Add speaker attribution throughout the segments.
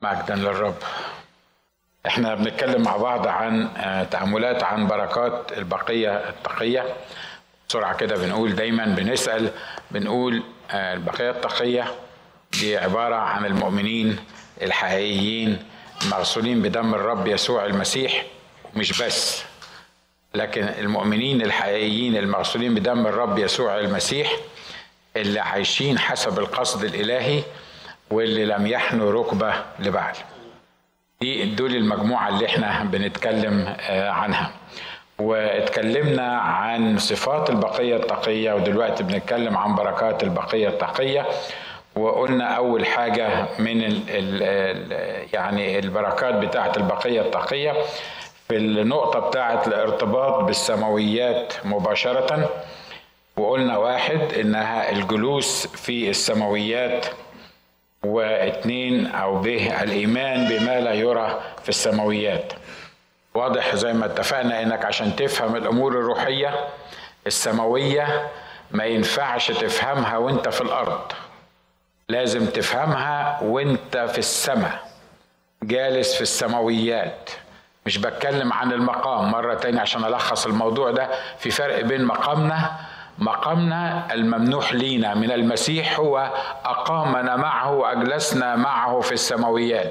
Speaker 1: مجدا للرب. احنا بنتكلم مع بعض عن تأملات عن بركات البقية التقية. بسرعة كده بنقول دايما بنقول البقية التقية دي عبارة عن المؤمنين الحقيقيين المغسولين بدم الرب يسوع المسيح، مش بس لكن المؤمنين الحقيقيين المغسولين بدم الرب يسوع المسيح اللي عايشين حسب القصد الإلهي واللي لم يحنوا ركبة لبعل. دول المجموعة اللي احنا بنتكلم عنها، واتكلمنا عن صفات البقية التقية، ودلوقتي بنتكلم عن بركات البقية التقية. وقلنا أول حاجة من يعني البركات بتاعة البقية التقية في النقطة بتاعة الارتباط بالسماويات مباشرة، وقلنا واحد إنها الجلوس في السماويات، واثنين أو به الإيمان بما لا يرى في السماويات. واضح زي ما اتفقنا إنك عشان تفهم الأمور الروحية السماوية ما ينفعش تفهمها وانت في الأرض، لازم تفهمها وانت في السماء جالس في السماويات. مش بتكلم عن المقام مرة تانية عشان ألخص الموضوع ده. في فرق بين مقامنا الممنوح لينا من المسيح، هو أقامنا معه وأجلسنا معه في السماويات.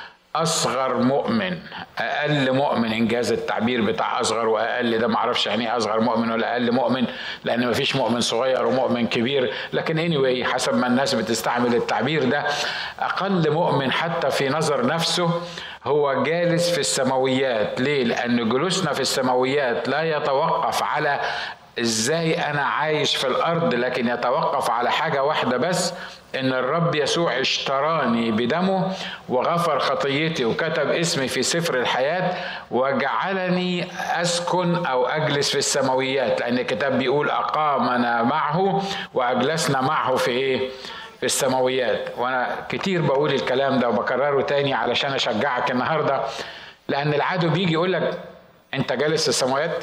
Speaker 1: أصغر مؤمن، أقل مؤمن، إنجاز التعبير بتاع أصغر وأقل ده معرفش يعني إيه أصغر مؤمن ولا أقل مؤمن، لأن مفيش مؤمن صغير ومؤمن كبير، لكن anyway حسب ما الناس بتستعمل التعبير ده. أقل مؤمن حتى في نظر نفسه هو جالس في السماويات. ليه؟ لأن جلوسنا في السماويات لا يتوقف على ازاي انا عايش في الارض، لكن يتوقف على حاجة واحدة بس، ان الرب يسوع اشتراني بدمه وغفر خطيتي وكتب اسمي في سفر الحياة وجعلني اسكن او اجلس في السماويات، لان الكتاب بيقول اقامنا معه واجلسنا معه في ايه؟ في السماويات. وانا كتير بقول الكلام ده وبكرره تاني علشان اشجعك النهاردة، لان العدو بيجي يقولك انت جالس في السماويات،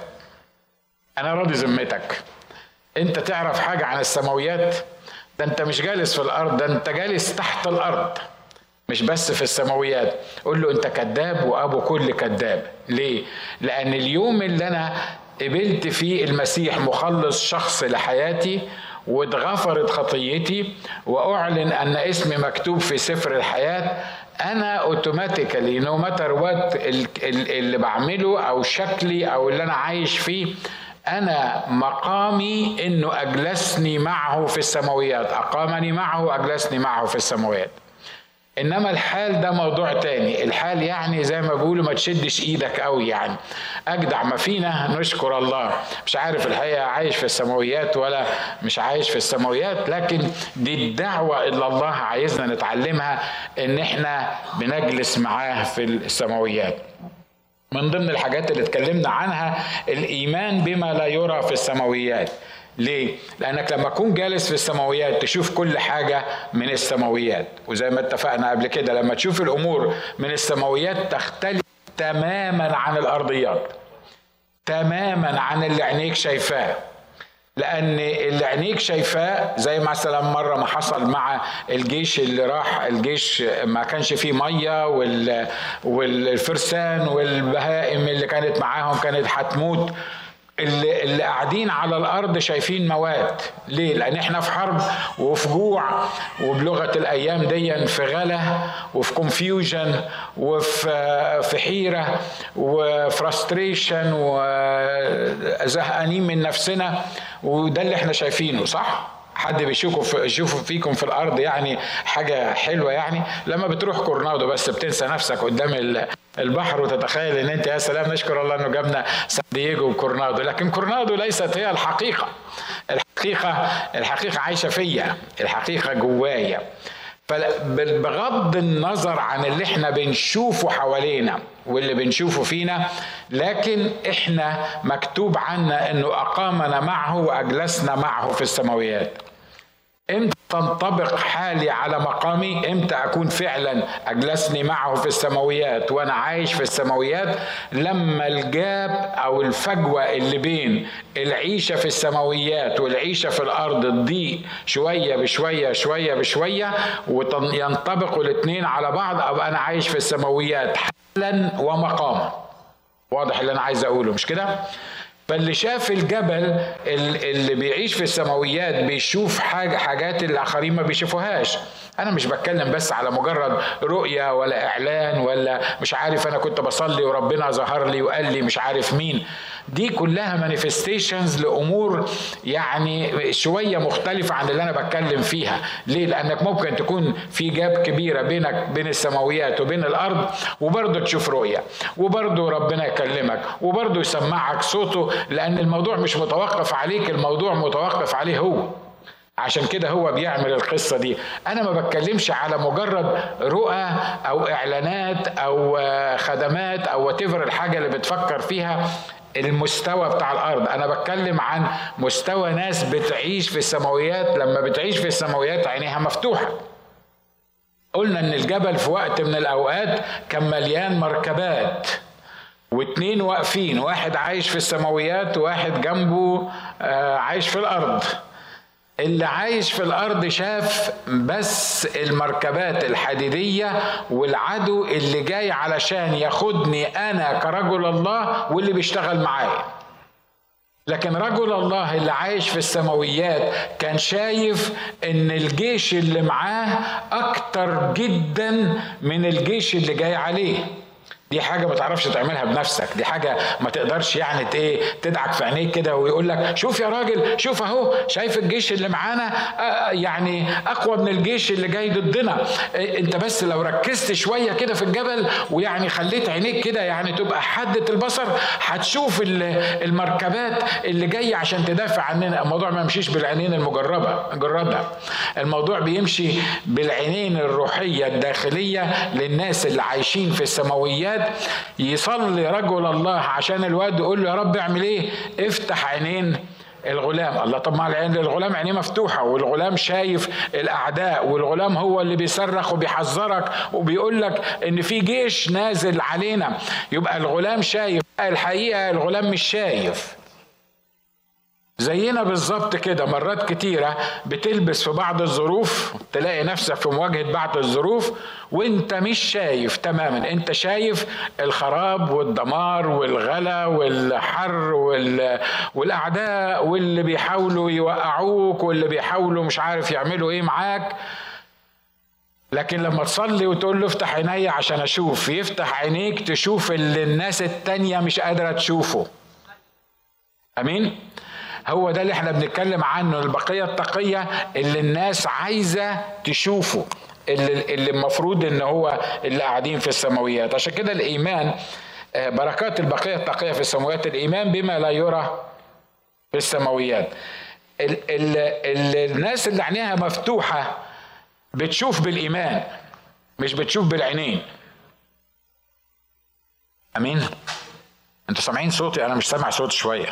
Speaker 1: أنا راضي ذمتك، أنت تعرف حاجة عن السماويات؟ ده أنت مش جالس في الأرض، ده أنت جالس تحت الأرض، مش بس في السماويات. قول له أنت كذاب وأبو كل كذاب. ليه؟ لأن اليوم اللي أنا قبلت فيه المسيح مخلص شخص لحياتي واتغفرت خطيتي وأعلن أن اسمي مكتوب في سفر الحياة، أنا أوتوماتيكالي نو ماتر وات اللي بعمله أو شكلي أو اللي أنا عايش فيه، أنا مقامي إنه أجلسني معه في السماويات، أقامني معه وأجلسني معه في السماوات. إنما الحال ده موضوع تاني. الحال يعني زي ما بيقولوا ما تشدش إيدك قوي، يعني أجدع ما فينا نشكر الله. مش عارف الحقيقة عايش في السماويات ولا مش عايش في السماويات، لكن دي الدعوة اللي الله عايزنا نتعلمها، إن إحنا بنجلس معاه في السماويات. من ضمن الحاجات اللي اتكلمنا عنها الإيمان بما لا يرى في السماويات. ليه؟ لأنك لما تكون جالس في السماويات تشوف كل حاجة من السماويات، وزي ما اتفقنا قبل كده لما تشوف الأمور من السماويات تختلف تماما عن الأرضيات، تماما عن اللي عينيك شايفاه. لأن اللي عينيك شايفاه زي مثلا مرة ما حصل مع الجيش اللي راح، الجيش ما كانش فيه مية والفرسان والبهائم اللي كانت معاهم كانت هتموت. اللي قاعدين على الأرض شايفين مواد. ليه؟ لأن احنا في حرب وفي جوع، وبلغة الأيام دي في غلا وفي كونفيوجن وفي حيرة وفرستريشن وزهقانين من نفسنا، وده اللي احنا شايفينه. صح؟ حد بيشوفوا فيكم في الأرض يعني حاجة حلوة؟ يعني لما بتروح كورنادو بس بتنسى نفسك قدام البحر وتتخيل ان انت يا سلام نشكر الله انه جابنا سان دييغو وكورنادو، لكن كورنادو ليست هي الحقيقة. الحقيقة عايشة فيا، الحقيقة جوايا. فبغض النظر عن اللي احنا بنشوفه حوالينا واللي بنشوفه فينا، لكن احنا مكتوب عنا انه اقامنا معه واجلسنا معه في السماويات. امتى تنطبق حالي على مقامي؟ امتى اكون فعلا اجلسني معه في السماويات وانا عايش في السماويات؟ لما الجاب او الفجوة اللي بين العيشة في السماويات والعيشة في الارض تضيق شوية بشوية شوية بشوية، وينطبقوا الاثنين على بعض، ابقى انا عايش في السماويات حالا ومقاما. واضح اللي انا عايز اقوله مش كده؟ فاللي شاف الجبل اللي بيعيش في السماويات بيشوف حاجات الآخرين ما بيشوفوهاش. أنا مش بتكلم بس على مجرد رؤية ولا إعلان ولا مش عارف أنا كنت بصلي وربنا ظهر لي وقال لي مش عارف مين. دي كلها مانيفستيشنز لأمور يعني شوية مختلفة عن اللي أنا بتكلم فيها. ليه؟ لأنك ممكن تكون في جاب كبيرة بين السماويات وبين الأرض وبرضه تشوف رؤية وبرضه ربنا يكلمك وبرضه يسمعك صوته، لأن الموضوع مش متوقف عليك، الموضوع متوقف عليه هو. عشان كده هو بيعمل القصة دي. أنا ما بتكلمش على مجرد رؤى أو إعلانات أو خدمات أو whatever الحاجة اللي بتفكر فيها المستوى بتاع الأرض. أنا بتكلم عن مستوى ناس بتعيش في السماويات. لما بتعيش في السماويات عينيها مفتوحة. قلنا إن الجبل في وقت من الأوقات كان مليان مركبات واتنين واقفين، واحد عايش في السماويات وواحد جنبه عايش في الأرض. اللي عايش في الأرض شاف بس المركبات الحديدية والعدو اللي جاي علشان ياخدني أنا كرجل الله واللي بيشتغل معايا. لكن رجل الله اللي عايش في السماويات كان شايف ان الجيش اللي معاه اكتر جدا من الجيش اللي جاي عليه. دي حاجة ما تعرفش تعملها بنفسك، دي حاجة ما تقدرش يعني تدعك في عينيك كده ويقول لك شوف يا راجل، شوف اهو، شايف الجيش اللي معانا يعني اقوى من الجيش اللي جاي ضدنا. انت بس لو ركزت شوية كده في الجبل ويعني خليت عينيك كده يعني تبقى حدة البصر، هتشوف المركبات اللي جاية عشان تدافع عننا. الموضوع ما يمشيش بالعينين المجردة، الموضوع بيمشي بالعينين الروحية الداخلية للناس اللي عايشين في السماويات. يصلي رجل الله عشان الواد يقول له يا رب اعمل ايه؟ افتح عينين الغلام. الله، طب ما الغلام عينيه مفتوحة والغلام شايف الأعداء والغلام هو اللي بيصرخ وبيحذرك وبيقول لك إن في جيش نازل علينا. يبقى الغلام شايف، الحقيقة الغلام مش شايف. زينا بالظبط كده. مرات كتيرة بتلبس في بعض الظروف، تلاقي نفسك في مواجهة بعض الظروف وانت مش شايف تماما. انت شايف الخراب والدمار والغلا والحر والأعداء واللي بيحاولوا يوقعوك واللي بيحاولوا مش عارف يعملوا ايه معاك. لكن لما تصلي وتقول له افتح عيني عشان اشوف، يفتح عينيك تشوف اللي الناس التانية مش قادرة تشوفه. امين؟ هو ده اللي احنا بنتكلم عنه، البقية التقية اللي الناس عايزة تشوفه، اللي المفروض ان هو اللي قاعدين في السماويات. عشان كده الإيمان بركات البقية التقية في السماويات، الإيمان بما لا يرى في السماويات. الناس اللي عينيها مفتوحة بتشوف بالإيمان مش بتشوف بالعينين. أمين؟ انتوا سامعين صوتي؟ أنا مش سامع صوت شوية.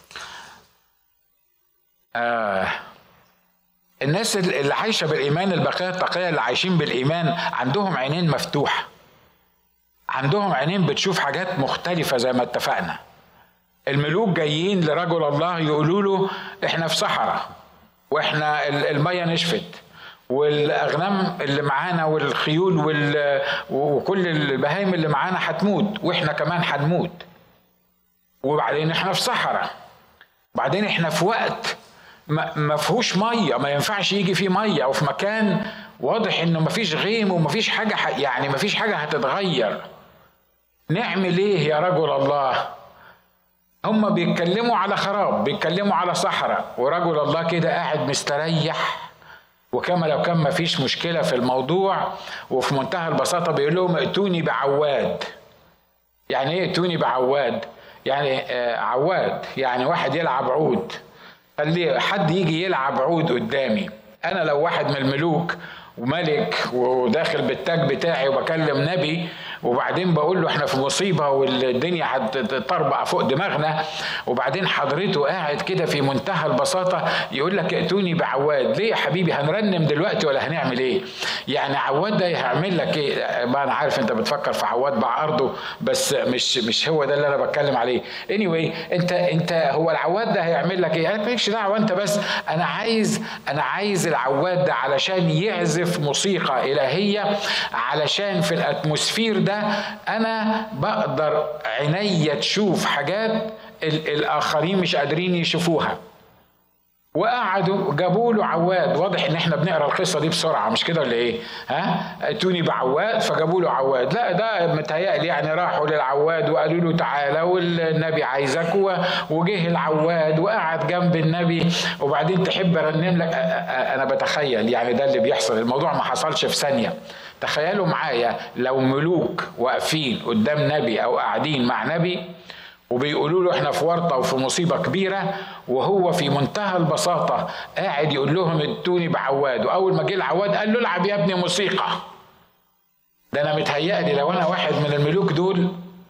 Speaker 1: الناس اللي عايشة بالإيمان، البقية التقية اللي عايشين بالإيمان، عندهم عينين مفتوحة، عندهم عينين بتشوف حاجات مختلفة زي ما اتفقنا. الملوك جايين لرجل الله يقولوا له احنا في صحراء واحنا المية نشفت والأغنام اللي معانا والخيول وكل البهايم اللي معانا هتموت واحنا كمان هنموت، وبعدين احنا في صحراء، وبعدين احنا في وقت ما فيهوش ميه، ما ينفعش يجي فيه ميه، او في مكان واضح انه ما فيش غيم وما فيش حاجه، يعني ما فيش حاجه هتتغير. نعمل ايه يا رجل الله؟ هم بيتكلموا على خراب، بيتكلموا على صحراء، ورجل الله كده قاعد مستريح وكما لو كان ما فيش مشكله في الموضوع، وفي منتهى البساطه بيقول لهم ائتوني بعواد. يعني ايه ائتوني بعواد؟ يعني عواد يعني واحد يلعب عود. خلي حد يجي يلعب عود قدامي. انا لو واحد من الملوك وملك وداخل بالتاج بتاعي وبكلم نبي وبعدين بقول له احنا في مصيبة والدنيا هتطربع فوق دماغنا، وبعدين حضرته قاعد كده في منتهى البساطة يقول لك ائتوني بعواد. ليه يا حبيبي؟ هنرنم دلوقتي ولا هنعمل ايه؟ يعني عواد ده هيعمل لك ايه؟ ما انا عارف انت بتفكر في عواد باع ارضه، بس مش هو ده اللي انا بتكلم عليه. anyway انت هو العواد ده هيعمل لك ايه؟ انا مالكش دعوه انت، بس انا عايز العواد ده علشان يعزف موسيقى الهيه، علشان في الاتموسفير ده انا بقدر عينيا تشوف حاجات الاخرين مش قادرين يشوفوها. وقعدوا جابوا له عواد. واضح ان احنا بنقرا القصه دي بسرعه، مش كده ولا ايه؟ اتوني بعواد، فجابوا له عواد. لا ده متهيألي يعني راحوا للعواد وقالوا له تعالى والنبي عايزك، وجه العواد وقعد جنب النبي. وبعدين تحب ارنم لك؟ انا بتخيل يعني ده اللي بيحصل، الموضوع ما حصلش في ثانيه. تخيلوا معايا لو ملوك واقفين قدام نبي او قاعدين مع نبي وبيقولوا له احنا في ورطه وفي مصيبه كبيره، وهو في منتهى البساطه قاعد يقول لهم ائتوني بعواد. واول ما جه العواد قال له العب يا ابني موسيقى. ده انا متهيألي لو انا واحد من الملوك دول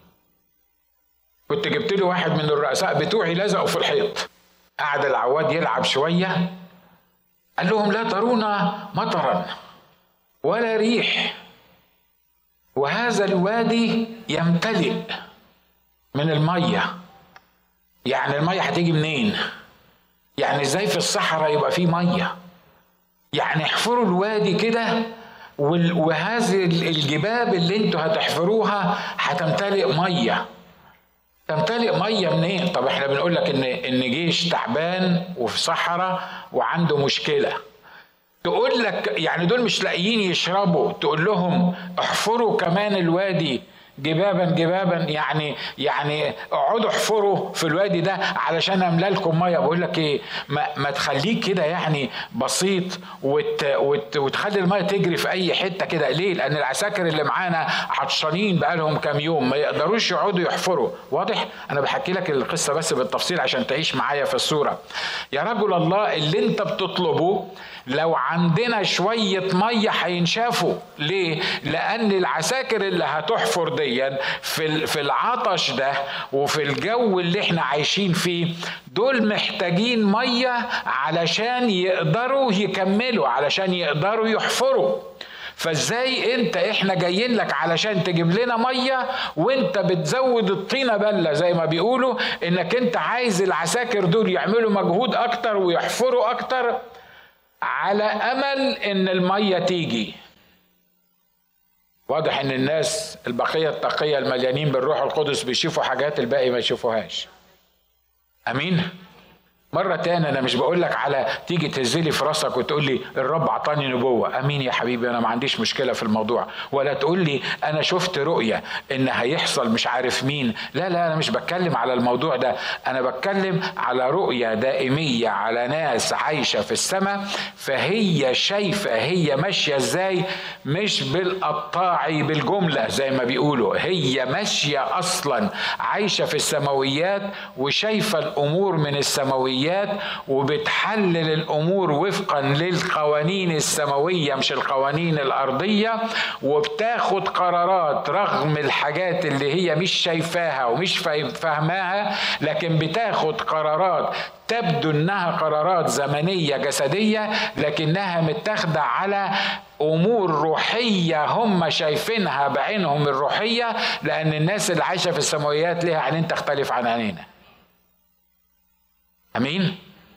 Speaker 1: كنت جبت له واحد من الرؤساء بتوعي لزقوا في الحيط. قعد العواد يلعب شويه، قال لهم لا ترونا مطرا ولا ريح، وهذا الوادي يمتلئ من المية. يعني المية هتيجي منين؟ يعني ازاي في الصحراء يبقى فيه مية؟ يعني احفروا الوادي كده وهذه الجباب اللي انتوا هتحفروها هتمتلئ مية. تمتلئ مية منين؟ طب احنا بنقول لك ان جيش تعبان وفي صحراء وعنده مشكلة، تقول لك يعني دول مش لاقيين يشربوا، تقول لهم احفروا كمان الوادي جبابا. يعني اقعدوا احفروا في الوادي ده علشان املا لكم ميه. بقول لك ايه، ما تخليك كده يعني بسيط وتخلي الميه تجري في اي حته كده. ليه؟ لان العساكر اللي معانا عطشانين بقالهم كام يوم، ما يقدروش يقعدوا يحفروا. واضح؟ انا بحكي لك القصه بس بالتفصيل عشان تعيش معايا في الصوره. يا رجل الله، اللي انت بتطلبه لو عندنا شويه ميه هينشافوا. ليه؟ لان العساكر اللي هتحفر دي في العطش ده وفي الجو اللي احنا عايشين فيه، دول محتاجين ميه علشان يقدروا يكملوا، علشان يقدروا يحفروا. فازاي احنا جايين لك علشان تجيب لنا ميه وانت بتزود الطينه بله زي ما بيقولوا، انك انت عايز العساكر دول يعملوا مجهود اكتر ويحفروا اكتر على امل ان الميه تيجي. واضح ان الناس البقيه التقيه المليانين بالروح القدس بيشوفوا حاجات الباقي ما يشوفوهاش. امين. مرة تاني أنا مش بقول لك على تيجي تهزلي في راسك وتقول لي الرب عطاني نبوة. أمين يا حبيبي، أنا ما عنديش مشكلة في الموضوع. ولا تقول لي أنا شفت رؤية إن هيحصل مش عارف مين. لا أنا مش بتكلم على الموضوع ده. أنا بتكلم على رؤية دائمية على ناس عايشة في السماء، فهي شايفة هي ماشية إزاي، مش بالقطاعي بالجملة زي ما بيقولوا. هي ماشية أصلا عايشة في السماويات وشايفة الأمور من السماويات وبتحلل الأمور وفقا للقوانين السماوية مش القوانين الأرضية، وبتاخد قرارات رغم الحاجات اللي هي مش شايفاها ومش فاهماها، لكن بتاخد قرارات تبدو انها قرارات زمنية جسدية لكنها متاخدة على امور روحية هم شايفينها بعينهم الروحية، لان الناس اللي عايشة في السماويات لها عينين تختلف عن عينينا. امين.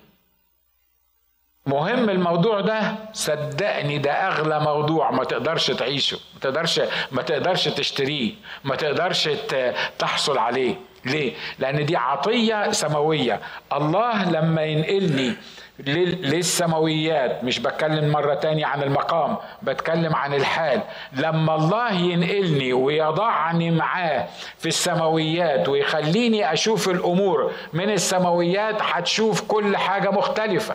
Speaker 1: مهم الموضوع ده، صدقني ده اغلى موضوع ما تقدرش تعيشه، ما تقدرش تشتريه، ما تقدرش تحصل عليه. ليه؟ لان دي عطية سماوية. الله لما ينقلني للسماويات، مش بتكلم مرة تانية عن المقام، بتكلم عن الحال. لما الله ينقلني ويضعني معاه في السماويات ويخليني أشوف الأمور من السماويات، هتشوف كل حاجة مختلفة.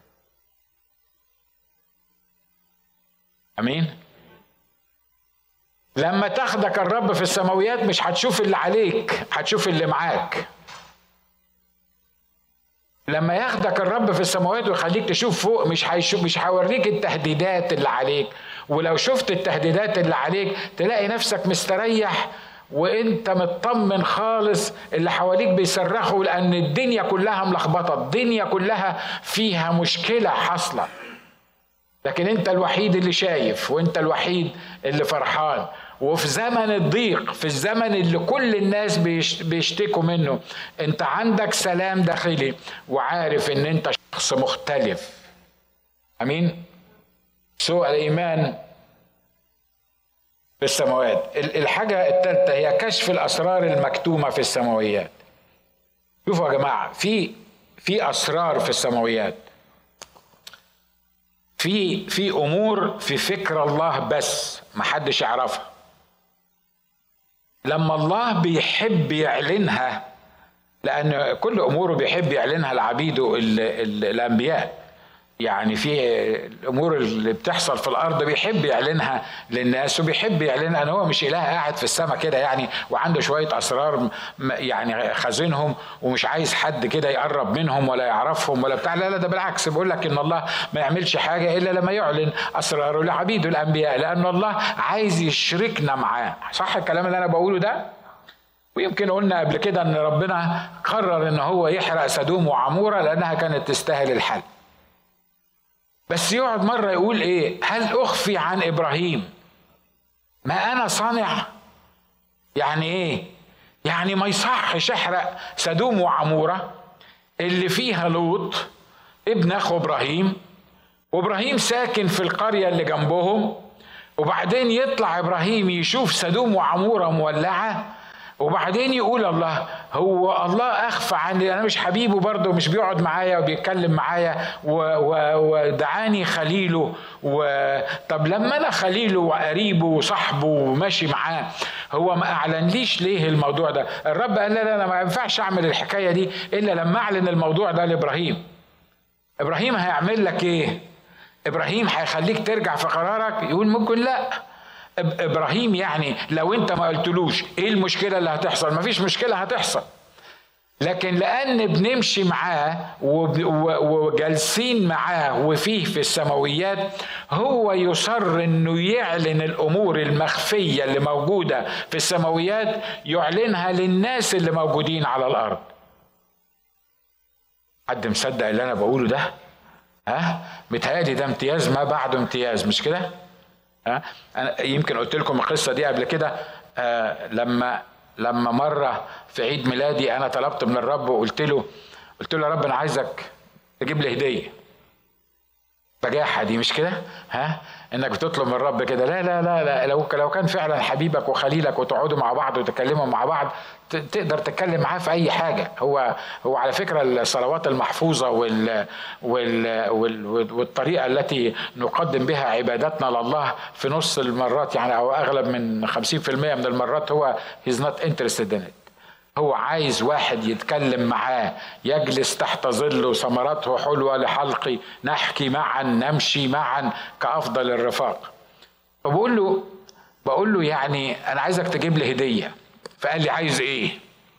Speaker 1: أمين؟ لما تاخدك الرب في السماويات مش هتشوف اللي عليك، هتشوف اللي معاك. لما ياخدك الرب في السماوات ويخليك تشوف فوق، مش هيوريك التهديدات اللي عليك ولو شفت التهديدات اللي عليك تلاقي نفسك مستريح وانت مطمن خالص. اللي حواليك بيصرخوا لان الدنيا كلها ملخبطه، الدنيا كلها فيها مشكله حاصله، لكن انت الوحيد اللي شايف، وانت الوحيد اللي فرحان. وفي زمن الضيق، في الزمن اللي كل الناس بيشتكوا منه، انت عندك سلام داخلي وعارف ان انت شخص مختلف. امين. سوء الايمان في السماوات. الحاجة الثالثة هي كشف الأسرار المكتومة في السماويات. شوفوا يا جماعة، في أسرار في السماويات، في أمور في فكر الله بس محدش يعرفها. لما الله بيحب يعلنها، لأن كل أموره بيحب يعلنها لعبيده الأنبياء، يعني في الامور اللي بتحصل في الارض بيحب يعلنها للناس، وبيحب يعلنها ان هو مش اله قاعد في السماء كده يعني وعنده شويه اسرار يعني خازنهم ومش عايز حد كده يقرب منهم ولا يعرفهم ولا بتاع. لا، ده بالعكس، بيقول لك ان الله ما يعملش حاجه الا لما يعلن اسراره لعبيده الانبياء، لان الله عايز يشركنا معاه. صح الكلام اللي انا بقوله ده؟ ويمكن قلنا قبل كده ان ربنا قرر ان هو يحرق سدوم وعموره لانها كانت تستاهل الحل. بس يقعد مرة يقول ايه؟ هل اخفي عن ابراهيم ما انا صانع؟ يعني ايه؟ يعني ما يصحش احرق سدوم وعمورة اللي فيها لوط ابن اخو ابراهيم، وابراهيم ساكن في القرية اللي جنبهم، وبعدين يطلع ابراهيم يشوف سدوم وعمورة مولعة، وبعدين يقول هو الله اخفى عني؟ انا مش حبيبه برضه؟ مش بيقعد معايا وبيتكلم معايا ودعاني خليله؟ طب لما انا خليله وقريبه وصاحبه وماشي معاه، هو ما اعلنليش ليه الموضوع ده؟ الرب قال لا انا ما ينفعش اعمل الحكايه دي الا لما اعلن الموضوع ده لابراهيم. ابراهيم هيعمل لك ايه؟ ابراهيم هيخليك ترجع في قرارك؟ يقول ممكن لا. ابراهيم يعني لو انت ما قلتلوش ايه المشكله اللي هتحصل؟ مفيش مشكله هتحصل، لكن لان بنمشي معاه وجالسين معاه وفيه في السماويات، هو يصر انه يعلن الامور المخفيه اللي موجوده في السماويات، يعلنها للناس اللي موجودين على الارض. حد مصدق اللي انا بقوله ده؟ متهيألي ده امتياز ما بعده امتياز، مش كده؟ أنا يمكن قلت لكم القصة دي قبل كده. لما مرة في عيد ميلادي أنا طلبت من الرب وقلت له يا رب أنا عايزك تجيب لي هدية. بجاحة دي، مش كده؟ انك بتطلب من الرب كده. لا لا لا لا، لو كان فعلا حبيبك وخليلك وتقعدوا مع بعض وتكلموا مع بعض، تقدر تتكلم معاه في اي حاجه. هو على فكره الصلوات المحفوظه والطريقه التي نقدم بها عبادتنا لله في نص المرات يعني او اغلب من 50% من المرات هو he's not interested in it. هو عايز واحد يتكلم معاه، يجلس تحت ظله، ثمرته حلوة لحلقي، نحكي معا نمشي معا كأفضل الرفاق. فبقول له يعني أنا عايزك تجيب لي هدية. فقال لي عايز إيه؟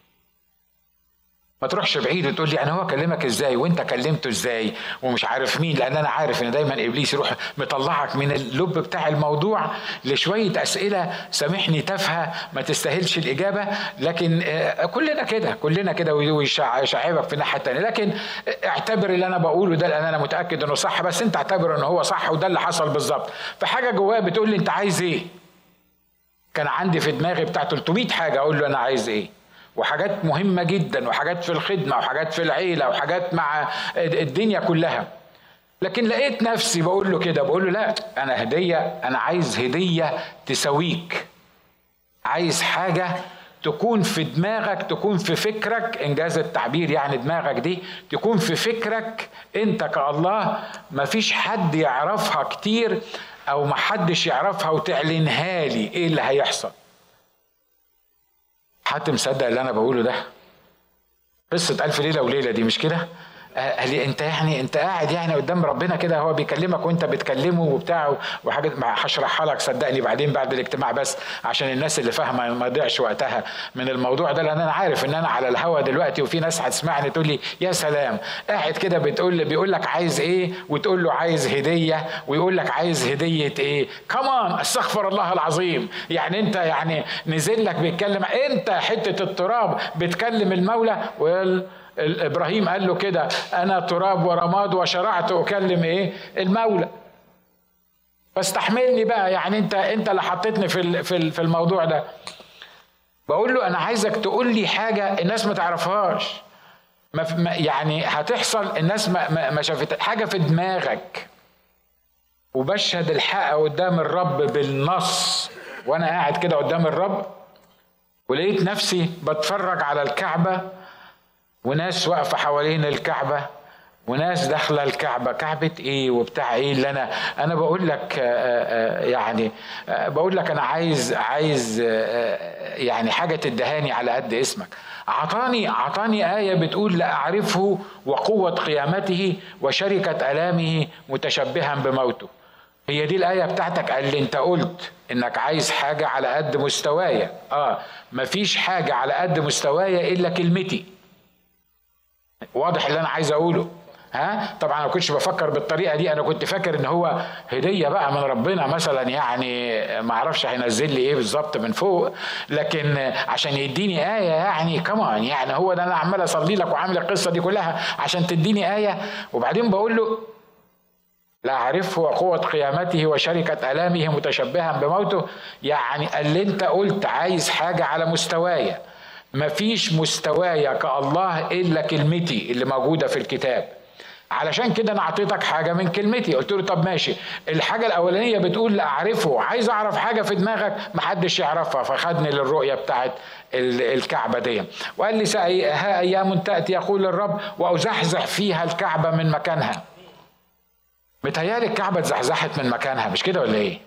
Speaker 1: ما تروحش بعيد وتقول لي يعني هو كلمك ازاي وانت كلمته ازاي ومش عارف مين، لان انا عارف ان دايما ابليس يروح مطلعك من اللب بتاع الموضوع لشويه اسئله سامحني تافهه ما تستاهلش الاجابه، لكن كلنا كده ويشعبك في الناحيه الثانيه. لكن اعتبر اللي انا بقوله ده لان انا متاكد انه صح، بس انت اعتبر انه هو صح، وده اللي حصل بالظبط. فحاجه جواه بتقول لي انت عايز ايه؟ كان عندي في دماغي بتاع 300 حاجه اقول له انا عايز ايه، وحاجات مهمة جدا وحاجات في الخدمة وحاجات في العيلة وحاجات مع الدنيا كلها. لكن لقيت نفسي بقول له كده، بقول له لا، أنا عايز هدية تسويك، عايز حاجة تكون في دماغك، تكون في فكرك، إنجاز التعبير يعني دماغك دي تكون في فكرك أنت كالله، مفيش حد يعرفها كتير أو محدش يعرفها وتعلنها لي إيه اللي هيحصل. حد مصدق اللي انا بقوله ده؟ قصة ألف ليلة وليلة دي، مش كده؟ قال لي انت يعني انت قاعد يعني قدام ربنا كده هو بيكلمك وانت بتكلمه وبتاع وحاجه، هشرحها لك صدقني بعدين بعد الاجتماع، بس عشان الناس اللي فاهمه ما يضيعش وقتها من الموضوع ده، لان انا عارف ان انا على الهوا دلوقتي وفي ناس هتسمعني تقول لي يا سلام قاعد كده بيقول لك عايز ايه وتقول له عايز هديه، ويقول لك عايز هديه ايه؟ كمان استغفر الله العظيم. يعني انت يعني نزل لك بيتكلم، انت حته التراب بتكلم المولى. ابراهيم قال له كده انا تراب ورماد وشرعت اكلم ايه؟ المولى. فاستحملني بقى، يعني انت اللي حطيتني في الموضوع ده. بقول له انا عايزك تقول لي حاجه الناس ما تعرفهاش، يعني هتحصل الناس ما شافت حاجه في دماغك. وبشهد الحق قدام الرب بالنص، وانا قاعد كده قدام الرب ولقيت نفسي بتفرج على الكعبه وناس واقفه حوالين الكعبه وناس داخله الكعبه. كعبه ايه وبتاع ايه اللي انا بقول لك يعني بقول لك انا عايز يعني حاجه تدهاني على قد اسمك. عطاني آية بتقول لأعرفه وقوة قيامته وشركة ألامه متشبها بموته. هي دي الآية بتاعتك؟ قال لي انت قلت انك عايز حاجة على قد مستوايا. مفيش حاجة على قد مستوايا إلا كلمتي. واضح اللي انا عايز اقوله؟ طبعا انا ما كنتش بفكر بالطريقه دي، انا كنت فاكر ان هو هديه بقى من ربنا مثلا، يعني ما اعرفش هينزل لي ايه بالظبط من فوق، لكن عشان يديني ايه يعني كمان، يعني هو ده انا عمال اصلي لك وعامل القصه دي كلها عشان تديني ايه؟ وبعدين بقول له لا أعرفه وقوة قيامته وشركة ألامه متشبها بموته. يعني قال لي انت قلت عايز حاجه على مستوايا، مفيش مستوايا كالله إلا كلمتي اللي موجودة في الكتاب، علشان كده أنا أعطيتك حاجة من كلمتي. قلت له طب ماشي، الحاجة الأولانية بتقول لأعرفه، عايز أعرف حاجة في دماغك محدش يعرفها. فخدني للرؤية بتاعت الكعبة دي وقال لي ها أيام تأتي يقول الرب وأزحزح فيها الكعبة من مكانها. متهيألي الكعبة اتزحزحت من مكانها، مش كده ولا إيه؟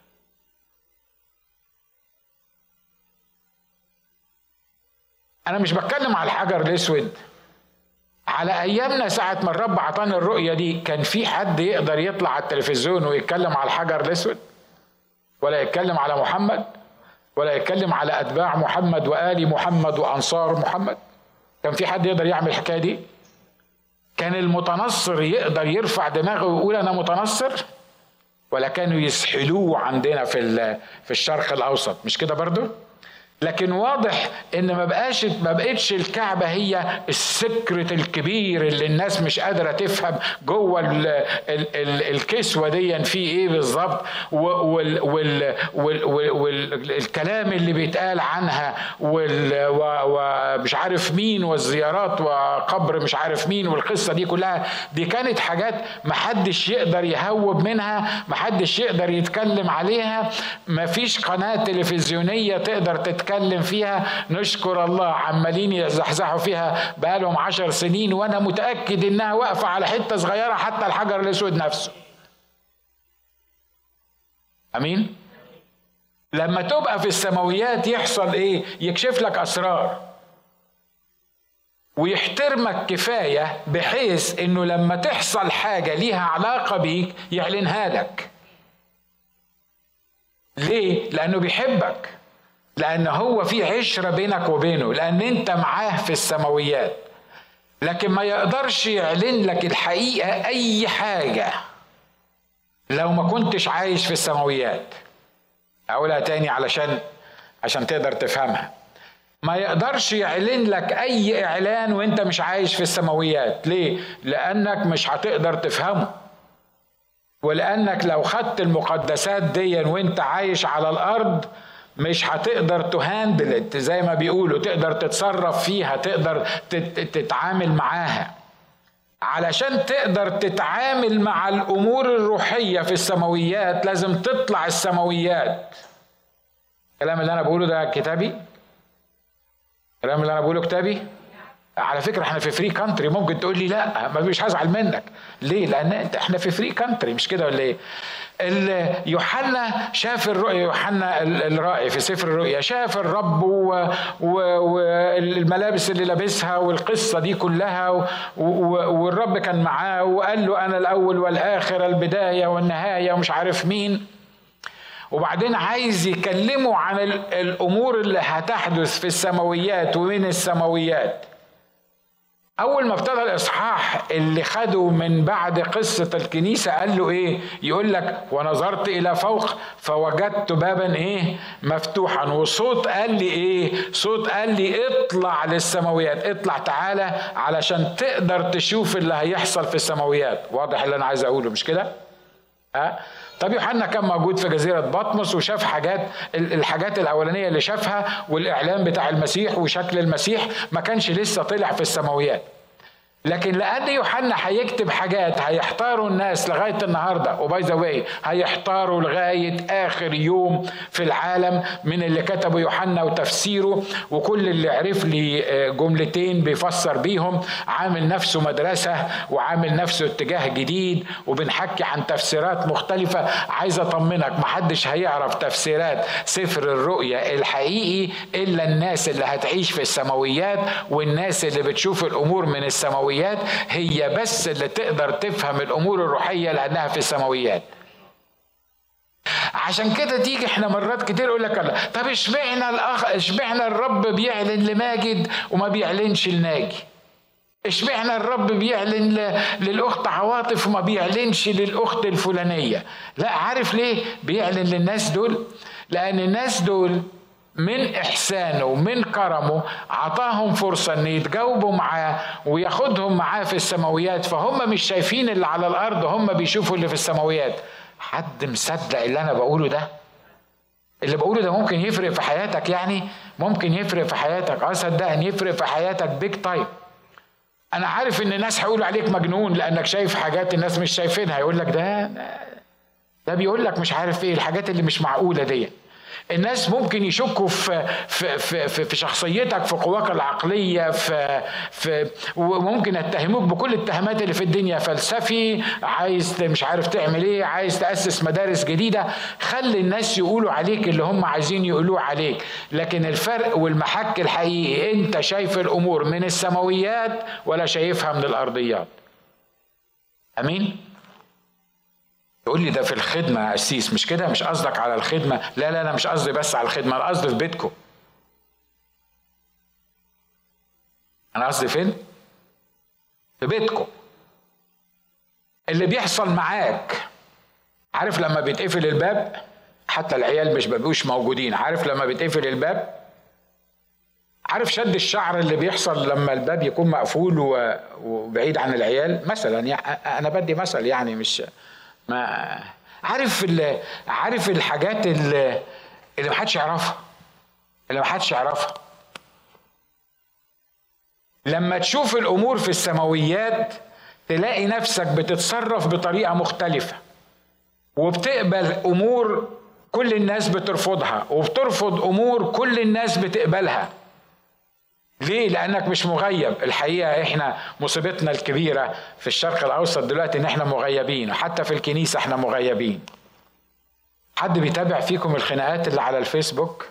Speaker 1: أنا مش بتكلم على الحجر الأسود. على أيامنا ساعة ما الرب عطانا الرؤية دي كان في حد يقدر يطلع على التلفزيون ويتكلم على الحجر الأسود؟ ولا يتكلم على محمد؟ ولا يتكلم على أتباع محمد وآل محمد وأنصار محمد؟ كان في حد يقدر يعمل الحكاية دي؟ كان المتنصر يقدر يرفع دماغه ويقول أنا متنصر؟ ولا كانوا يسحلوه عندنا في الشرق الأوسط؟ مش كده برضو؟ لكن واضح ان ما بقتش الكعبة هي السكرت الكبير اللي الناس مش قادرة تفهم جوه الكسوة دي في ايه بالظبط، والكلام اللي بيتقال عنها ومش عارف مين والزيارات وقبر مش عارف مين والقصة دي كلها. دي كانت حاجات محدش يقدر يهوب منها، محدش يقدر يتكلم عليها، مفيش قناة تلفزيونية تقدر تتكلم فيها. نشكر الله عمالين يزحزحوا فيها بقالهم 10 سنين، وانا متأكد انها واقفة على حتة صغيرة حتى الحجر الاسود نفسه. امين. لما تبقى في السماويات يحصل ايه؟ يكشف لك اسرار ويحترمك كفاية بحيث انه لما تحصل حاجة ليها علاقة بيك يعلنها لك. ليه؟ لانه بيحبك، لأن هو في عشرة بينك وبينه، لأن أنت معاه في السماويات. لكن ما يقدرش يعلن لك الحقيقة أي حاجة لو ما كنتش عايش في السماويات. أقولها تاني عشان تقدر تفهمها. ما يقدرش يعلن لك أي إعلان وأنت مش عايش في السماويات. ليه؟ لأنك مش هتقدر تفهمه، ولأنك لو خدت المقدسات دي وأنت عايش على الأرض مش هتقدر تهاندل زي ما بيقولوا، تقدر تتصرف فيها، تقدر تتعامل معاها. علشان تقدر تتعامل مع الأمور الروحية في السماويات لازم تطلع السماويات. الكلام اللي أنا بقوله ده كتابي؟ الكلام اللي أنا بقوله كتابي؟ على فكرة احنا في فري كانتري. ممكن تقول لي لا، ما مش هزعل منك. ليه؟ لأن احنا في فري كانتري، مش كده ولا ايه؟ يوحنا شاف الرؤيا، يوحنا الرائي في سفر الرؤيا شاف الرب والملابس اللي لابسها والقصة دي كلها، والرب كان معاه وقال له أنا الأول والآخر، البداية والنهاية ومش عارف مين. وبعدين عايز يكلموا عن الأمور اللي هتحدث في السماويات ومن السماويات. أول ما ابتدى الإصحاح اللي خده من بعد قصة الكنيسة قال له إيه؟ يقول لك ونظرت إلى فوق فوجدت بابا إيه؟ مفتوحا، وصوت قال لي إيه؟ صوت قال لي اطلع للسماويات، اطلع تعالى علشان تقدر تشوف اللي هيحصل في السماويات. واضح اللي أنا عايز أقوله مش كده؟ طب يوحنا كان موجود في جزيرة بطمس وشاف الحاجات الأولانية اللي شافها والإعلان بتاع المسيح وشكل المسيح، ما كانش لسه طلع في السماويات. لكن لأن يوحنا هيكتب حاجات هيحتاروا الناس لغاية النهاردة، وباي ذا واي هيحتاروا لغاية آخر يوم في العالم من اللي كتبه يوحنا وتفسيره. وكل اللي عرف لي جملتين بيفسر بيهم عامل نفسه مدرسة وعامل نفسه اتجاه جديد، وبنحكي عن تفسيرات مختلفة. عايز أطمنك محدش هيعرف تفسيرات سفر الرؤيا الحقيقي إلا الناس اللي هتعيش في السماويات، والناس اللي بتشوف الأمور من السماويات هي بس اللي تقدر تفهم الأمور الروحية لأنها في السماويات. عشان كده تيجي احنا مرات كتير يقول لك طب اشمعنى الرب بيعلن لماجد وما بيعلنش لناجي؟ اشمعنى الرب بيعلن للأخت عواطف وما بيعلنش للأخت الفلانية؟ لا، عارف ليه بيعلن للناس دول؟ لأن الناس دول من إحسانه ومن كرمه عطاهم فرصة أن يتجاوبوا معاه وياخدهم معاه في السماويات، فهم مش شايفين اللي على الأرض، هم بيشوفوا اللي في السماويات. حد مصدق اللي أنا بقوله ده؟ اللي بقوله ده ممكن يفرق في حياتك، يعني ممكن يفرق في حياتك. صدقني يفرق في حياتك بيج تايم. أنا عارف إن الناس هيقولوا عليك مجنون لأنك شايف حاجات الناس مش شايفينها، يقول لك ده بيقول لك مش عارف إيه الحاجات اللي مش معقولة دي. الناس ممكن يشكوا في شخصيتك، في قواك العقلية، وممكن يتهموك بكل التهمات اللي في الدنيا، فلسفي، عايز مش عارف تعمل ايه، عايز تأسس مدارس جديدة. خلي الناس يقولوا عليك اللي هم عايزين يقولوه عليك، لكن الفرق والمحك الحقيقي انت شايف الامور من السماويات ولا شايفها من الارضيات. امين؟ يقول لي ده في الخدمة يا قسيس، مش كده؟ مش قصدك على الخدمة؟ لا أنا مش قصدي بس على الخدمة، أنا قصدي في بيتكم. أنا قصدي فين؟ في بيتكم. اللي بيحصل معاك، عارف لما بيتقفل الباب، حتى العيال مش بيبقوش موجودين، عارف لما بيتقفل الباب، عارف شد الشعر اللي بيحصل لما الباب يكون مقفول وبعيد عن العيال مثلا، يعني أنا بدي مثل يعني مش ما عارف الحاجات اللي محدش يعرفها، لما تشوف الامور في السماويات تلاقي نفسك بتتصرف بطريقه مختلفه، وبتقبل امور كل الناس بترفضها، وبترفض امور كل الناس بتقبلها. ليه؟ لأنك مش مغيب. الحقيقة احنا مصيبتنا الكبيرة في الشرق الأوسط دلوقتي ان احنا مغيبين، وحتى في الكنيسة احنا مغيبين. حد بيتابع فيكم الخناقات اللي على الفيسبوك؟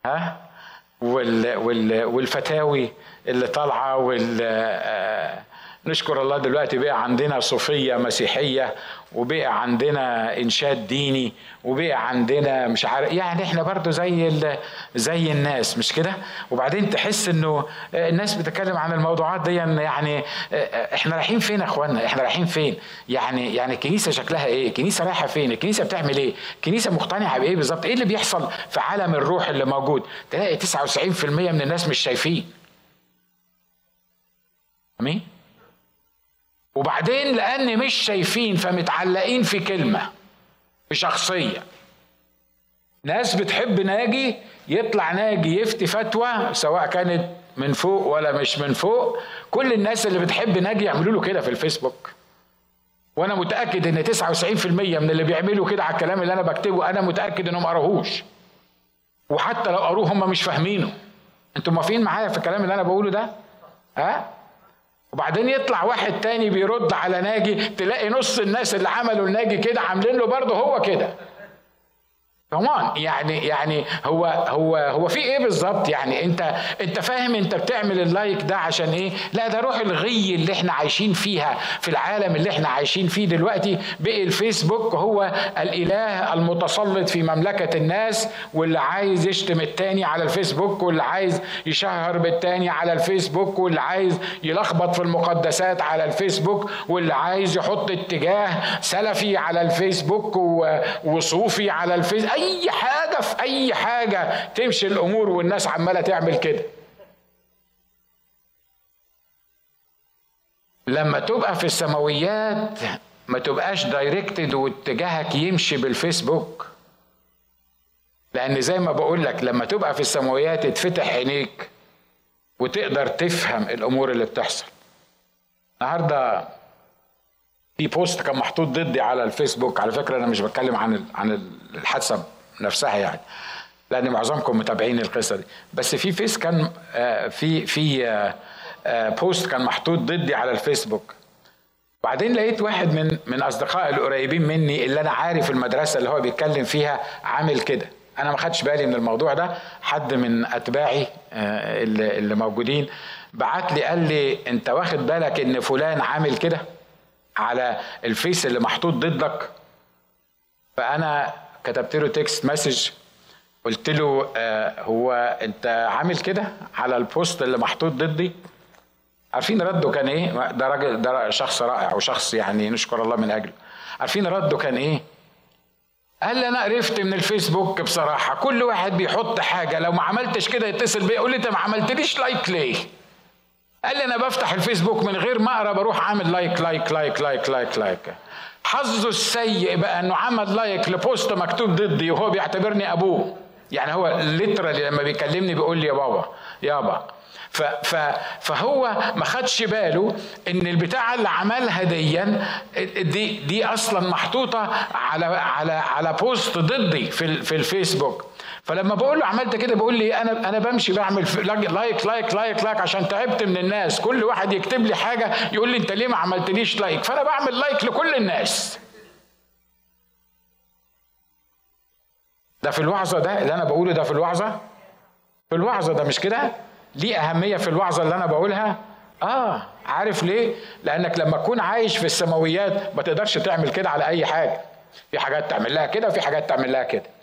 Speaker 1: والفتاوي اللي طالعة نشكر الله دلوقتي بقى عندنا صوفية مسيحية، وبقى عندنا إنشاد ديني، وبقى عندنا مش عارف، يعني احنا برضو زي الناس، مش كده؟ وبعدين تحس انه الناس بتتكلم عن الموضوعات دي، يعني احنا رايحين فين يا اخوانا؟ احنا رايحين فين؟ يعني الكنيسة شكلها ايه؟ الكنيسة رايحة فين؟ الكنيسة بتعمل ايه؟ الكنيسة مقتنعة بايه بالظبط؟ ايه اللي بيحصل في عالم الروح اللي موجود؟ تلاقي 99% من الناس مش شايفين. امين؟ وبعدين لأن مش شايفين فمتعلقين في كلمة، في شخصية. ناس بتحب ناجي، يطلع ناجي يفتي فتوى سواء كانت من فوق ولا مش من فوق. كل الناس اللي بتحب ناجي يعملوا له كده في الفيسبوك، وانا متأكد ان 99% من اللي بيعملوا كده على الكلام اللي انا بكتبه انا متأكد انهم قروهوش، وحتى لو قروه هم مش فاهمينه. انتوا موافقين معايا في الكلام اللي انا بقوله ده؟ وبعدين يطلع واحد تاني بيرد على ناجي، تلاقي نص الناس اللي عملوا الناجي كده عاملين له برضه هو كده. كمان يعني هو في ايه بالظبط؟ يعني انت فاهم انت بتعمل اللايك ده عشان ايه؟ لا، ده روح الغي اللي احنا عايشين فيها في العالم اللي احنا عايشين فيه دلوقتي. بقي الفيسبوك هو الاله المتسلط في مملكة الناس، واللي عايز يشتم التاني على الفيسبوك، واللي عايز يشهر بالتاني على الفيسبوك، واللي عايز يلخبط في المقدسات على الفيسبوك، واللي عايز يحط اتجاه سلفي على الفيسبوك وصوفي على الفيسبوك. اي حاجة في اي حاجة تمشي الامور والناس عمالة تعمل كده. لما تبقى في السماويات ما تبقاش دايركتد واتجاهك يمشي بالفيسبوك، لان زي ما بقول لك لما تبقى في السماويات تتفتح عينيك وتقدر تفهم الامور اللي بتحصل. النهارده في بوست كان محطوط ضدي على الفيسبوك، على فكرة انا مش بتكلم عن الحادثة نفسها يعني، لان معظمكم متابعين القصة دي، بس في فيس كان في بوست كان محطوط ضدي على الفيسبوك. بعدين لقيت واحد من اصدقائي القريبين مني اللي انا عارف المدرسة اللي هو بيتكلم فيها عامل كده. انا ما خدش بالي من الموضوع ده، حد من اتباعي اللي موجودين بعت لي قال لي انت واخد بالك ان فلان عامل كده على الفيس اللي محطوط ضدك؟ فانا كتبت له تكست مسج قلت له هو انت عامل كده على البوست اللي محطوط ضدي؟ عارفين رده كان ايه؟ ده راجل، ده شخص رائع وشخص يعني نشكر الله من اجله. عارفين رده كان ايه؟ قال لي انا عرفت من الفيسبوك بصراحه كل واحد بيحط حاجه لو ما عملتش كده يتصل بيا يقول لي انت ما عملتليش لايك ليه؟ قال لي انا بفتح الفيسبوك من غير ما اقرا بروح عامل لايك لايك لايك لايك لايك لايك. حظه السيء بقى انه عمل لايك لبوست مكتوب ضدي وهو بيعتبرني ابوه. يعني هو ليترالي لما بيكلمني بيقول لي يا بابا يابا. فهو ما خدش باله ان البتاعه اللي عملها دي اصلا محطوطه على بوست ضدي في الفيسبوك. فلما بقول له عملت كده بيقول لي انا بمشي بعمل لايك لايك لايك لايك عشان تعبت من الناس، كل واحد يكتب لي حاجه يقول لي انت ليه ما عملتليش لايك، فانا بعمل لايك لكل الناس. ده في الوعظه، ده اللي انا بقوله ده في الوعظه ده مش كده؟ ليه اهميه في الوعظه اللي انا بقولها؟ عارف ليه؟ لانك لما تكون عايش في السماويات ما تقدرش تعمل كده على اي حاجه. في حاجات تعمل لها كده وفي حاجات تعمل لها كده.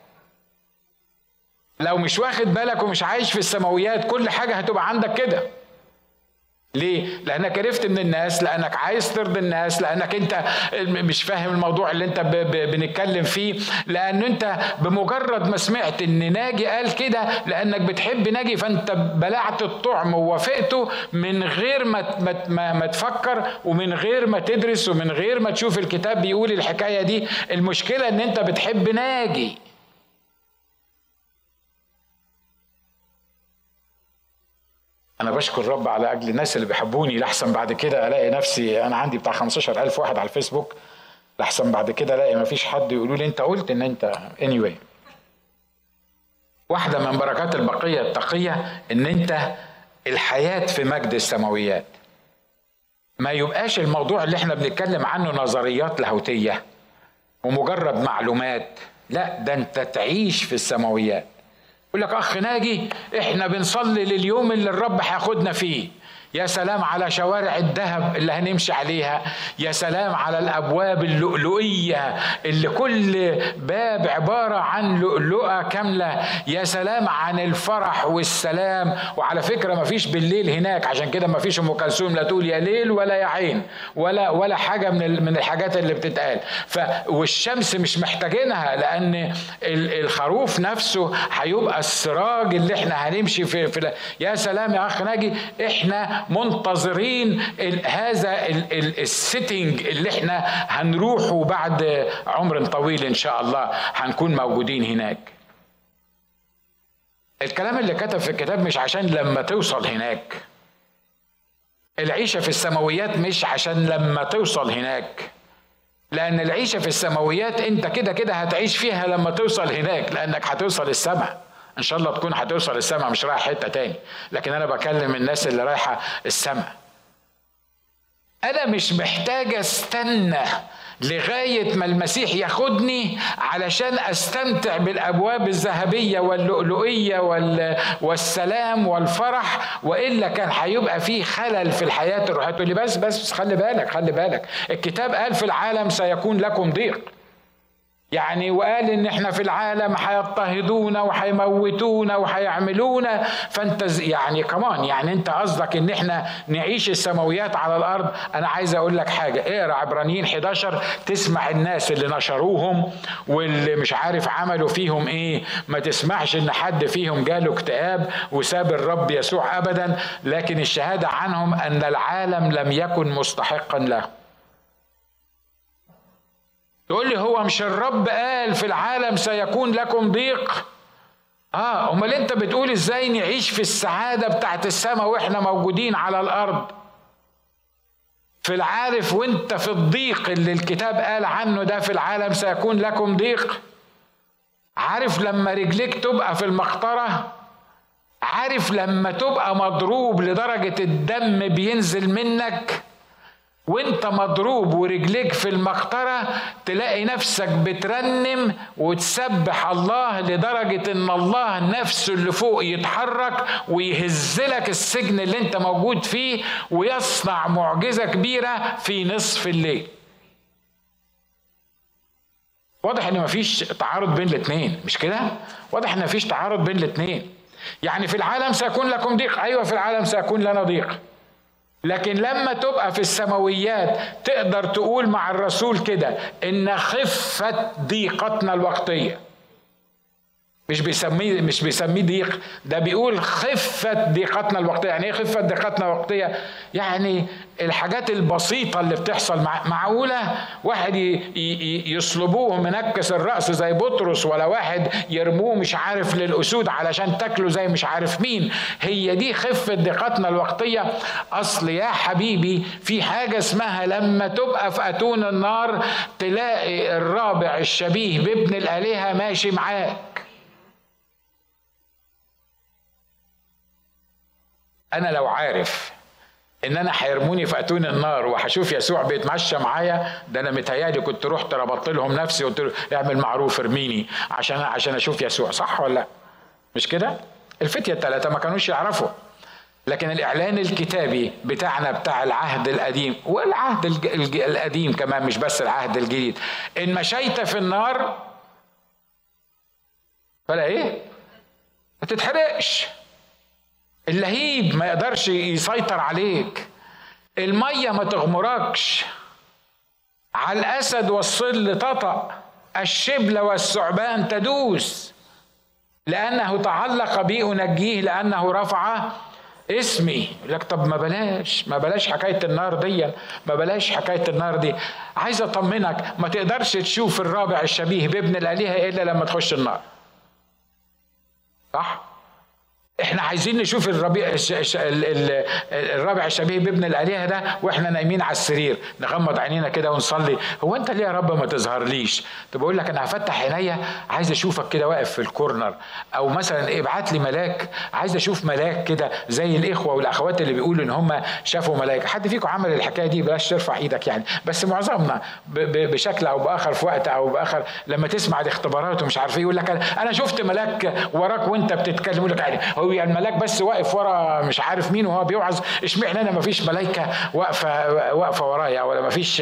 Speaker 1: لو مش واخد بالك ومش عايش في السماويات كل حاجه هتبقى عندك كده. ليه؟ لانك عرفت من الناس، لانك عايز ترضي الناس، لانك انت مش فاهم الموضوع اللي انت بنتكلم فيه، لان انت بمجرد ما سمعت ان ناجي قال كده لانك بتحب ناجي فانت بلعت الطعم ووافقته من غير ما تفكر ومن غير ما تدرس ومن غير ما تشوف الكتاب بيقول الحكايه دي. المشكله ان انت بتحب ناجي. أنا بشكر الرب على أجل الناس اللي بيحبوني، لحسن بعد كده ألاقي نفسي أنا عندي بتاع 15,000 واحد على الفيسبوك، لحسن بعد كده ألاقي مفيش حد يقولوا لي أنت قلت إن أنت anyway. واحدة من بركات البقية التقية إن أنت الحياة في مجد السماويات. ما يبقاش الموضوع اللي احنا بنتكلم عنه نظريات لاهوتية ومجرد معلومات، لا ده أنت تعيش في السماويات. يقول لك أخ ناجي إحنا بنصلي لليوم اللي الرب هياخدنا فيه. يا سلام على شوارع الذهب اللي هنمشي عليها، يا سلام على الأبواب اللؤلؤية اللي كل باب عبارة عن لؤلؤة كاملة، يا سلام عن الفرح والسلام. وعلى فكرة ما فيش بالليل هناك، عشان كده ما فيش أم كلثوم لا تقول يا ليل ولا يا عين ولا حاجة من الحاجات اللي بتتقال. والشمس مش محتاجينها، لأن الخروف نفسه هيبقى السراج اللي احنا هنمشي في. يا سلام يا أخ ناجي، احنا منتظرين هذا السيتنج اللي احنا هنروحه بعد عمر طويل ان شاء الله، هنكون موجودين هناك. الكلام اللي كتب في الكتاب مش عشان لما توصل هناك. العيشة في السماويات مش عشان لما توصل هناك، لأن العيشة في السماويات انت كده هتعيش فيها لما توصل هناك، لأنك هتوصل السماء ان شاء الله، تكون هتوصل السماء مش رايح حته تاني. لكن انا بكلم الناس اللي رايحه السماء. أنا مش محتاج استنى لغاية ما المسيح ياخدني علشان استمتع بالأبواب الذهبية واللؤلؤية والسلام والفرح، وإلا كان هيبقى فيه خلل في الحياة الروحية. تقول لي بس خلي بالك، الكتاب قال في العالم سيكون لكم ضيق، يعني وقال ان احنا في العالم هيضطهدونا وهيموتونا وهيعملونا، فانت يعني كمان يعني انت قصدك ان احنا نعيش السماويات على الارض. انا عايز اقول لك حاجه، اقرا عبرانيين 11 تسمع الناس اللي نشروهم واللي مش عارف عملوا فيهم ايه. ما تسمعش ان حد فيهم جاله اكتئاب وساب الرب يسوع ابدا، لكن الشهاده عنهم ان العالم لم يكن مستحقا له. تقول لي هو مش الرب قال في العالم سيكون لكم ضيق؟ امال انت بتقول ازاي نعيش في السعادة بتاعت السماء واحنا موجودين على الارض؟ في العارف وانت في الضيق اللي الكتاب قال عنه ده، في العالم سيكون لكم ضيق. عارف لما رجليك تبقى في المقطرة، عارف لما تبقى مضروب لدرجة الدم بينزل منك وانت مضروب ورجليك في المقطرة، تلاقي نفسك بترنم وتسبح الله لدرجة ان الله نفسه اللي فوق يتحرك ويهزلك السجن اللي انت موجود فيه ويصنع معجزة كبيرة في نصف الليل. واضح ان مفيش تعارض بين الاثنين، مش كده؟ واضح ان مفيش تعارض بين الاثنين. يعني في العالم سيكون لكم ضيق، ايوه في العالم سيكون لنا ضيق، لكن لما تبقى في السماويات تقدر تقول مع الرسول كده ان خفة ضيقتنا الوقتية. مش بيسميه ضيق، ده بيقول خفة ضيقتنا الوقتية. يعني ايه خفة ضيقتنا الوقتية؟ يعني الحاجات البسيطة اللي بتحصل. معقولة واحد يصلبوه منكس الرأس زي بطرس، ولا واحد يرموه مش عارف للأسود علشان تاكله زي مش عارف مين؟ هي دي خفة ضيقتنا الوقتية. أصل يا حبيبي في حاجة اسمها لما تبقى في أتون النار تلاقي الرابع الشبيه بابن الآلهة ماشي معاك. أنا لو عارف إن أنا هيرموني في أتون النار وهشوف يسوع بيتمشى معايا، ده أنا متهيألي كنت رحت ربطت لهم نفسي وقلت له اعمل معروف ارميني عشان أشوف يسوع، صح ولا لا؟ مش كده؟ الفتية الثلاثة ما كانوش يعرفوا، لكن الإعلان الكتابي بتاعنا بتاع العهد القديم والعهد القديم كمان، مش بس العهد الجديد، إن مشيت في النار فلا إيه؟ ما تتحرقش، اللهيب ما يقدرش يسيطر عليك، المية ما تغمركش، على الأسد والصل تطأ، الشبل والثعبان تدوس، لأنه تعلق بي أنجيه لأنه رفع اسمي. لك طب ما بلاش حكاية النار دي، ما بلاش حكاية النار دي. عايز أطمنك ما تقدرش تشوف الرابع الشبيه بابن الآلهة إلا لما تخش النار، صح؟ احنا عايزين نشوف الرابع الشبيه بابن الآلهة ده واحنا نايمين على السرير، نغمض عينينا كده ونصلي. هو انت ليه يا رب ما تظهر ليش؟ طب اقول لك انا هفتح عينيا عايز اشوفك كده واقف في الكورنر، او مثلا ابعت لي ملاك، عايز اشوف ملاك كده زي الاخوه والاخوات اللي بيقولوا ان هم شافوا ملاك. حد فيكم عمل الحكايه دي؟ بلاش ترفع ايدك يعني، بس معظمنا بشكل او باخر في وقت او باخر لما تسمع الاختبارات ومش عارف ايه يقول لك انا شفت ملاك وراك وانت بتتكلم. يقول لك يعني هو يعني الملاك بس واقف ورا مش عارف مين وهو بيوعظ، اشمعنى انا ما فيش ملائكه واقفه ورايا ولا ما فيش؟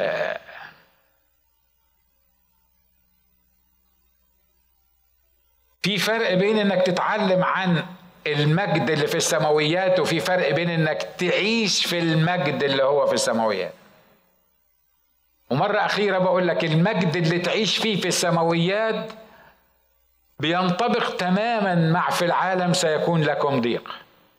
Speaker 1: في فرق بين انك تتعلم عن المجد اللي في السماويات وفي فرق بين انك تعيش في المجد اللي هو في السماويات. ومرة أخيرة بقول لك المجد اللي تعيش فيه في السماويات بينطبق تماما مع في العالم سيكون لكم ضيق،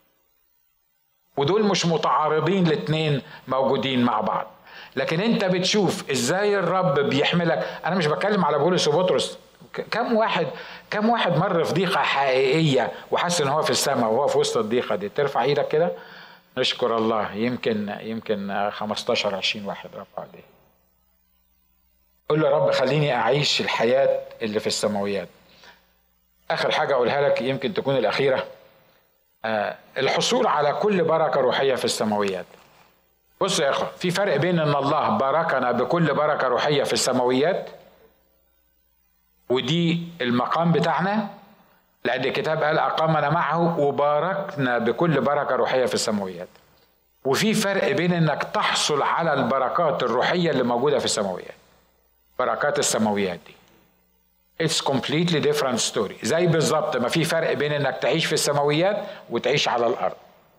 Speaker 1: ودول مش متعارضين، الاتنين موجودين مع بعض. لكن انت بتشوف ازاي الرب بيحملك. انا مش بتكلم على بولس وبطرس، كم واحد مر في ضيقة حقيقية وحس ان هو في السماء وهو في وسط الضيقة دي؟ ترفع ايدك كده نشكر الله. يمكن 15-20 واحد رفع ايديه. قول له يا رب خليني اعيش الحياة اللي في السماويات. اخر حاجة اقولها لك يمكن تكون الاخيرة، الحصول على كل بركة روحية في السماويات. بص يا اخوة، في فرق بين ان الله باركنا بكل بركة روحية في السماويات، ودي المقام بتاعنا، لأن الكتاب قال أقامنا معه وباركنا بكل بركة روحية في السماويات. وفي فرق بين انك تحصل على البركات الروحية اللي موجودة في السماويات، بركات السماويات دي It's completely different story. زي بالظبط ما في فرق بين انك تعيش في السماويات وتعيش على الارض.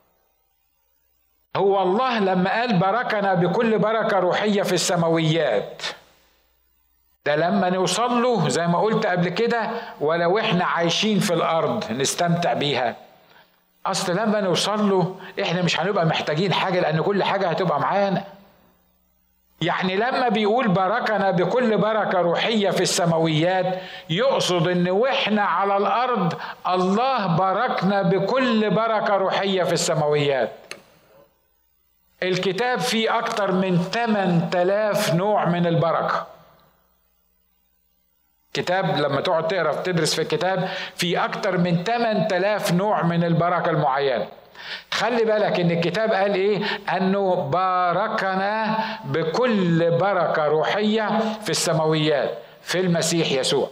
Speaker 1: هو الله لما قال باركنا بكل بركة روحية في السماويات، ده لما نوصل له زي ما قلت قبل كده، ولو احنا عايشين في الارض نستمتع بيها. اصل لما نوصل له احنا مش هنبقى محتاجين حاجة، لان كل حاجة هتبقى معانا. يعني لما بيقول باركنا بكل بركة روحية في السماويات، يقصد ان واحنا على الارض الله باركنا بكل بركة روحية في السماويات. الكتاب فيه اكتر من 8000 نوع من البركة. كتاب لما تقعد تقرأ تدرس في الكتاب فيه اكتر من 8000 نوع من البركة المعينة. خلي بالك ان الكتاب قال ايه؟ انه باركنا بكل بركة روحية في السماويات في المسيح يسوع.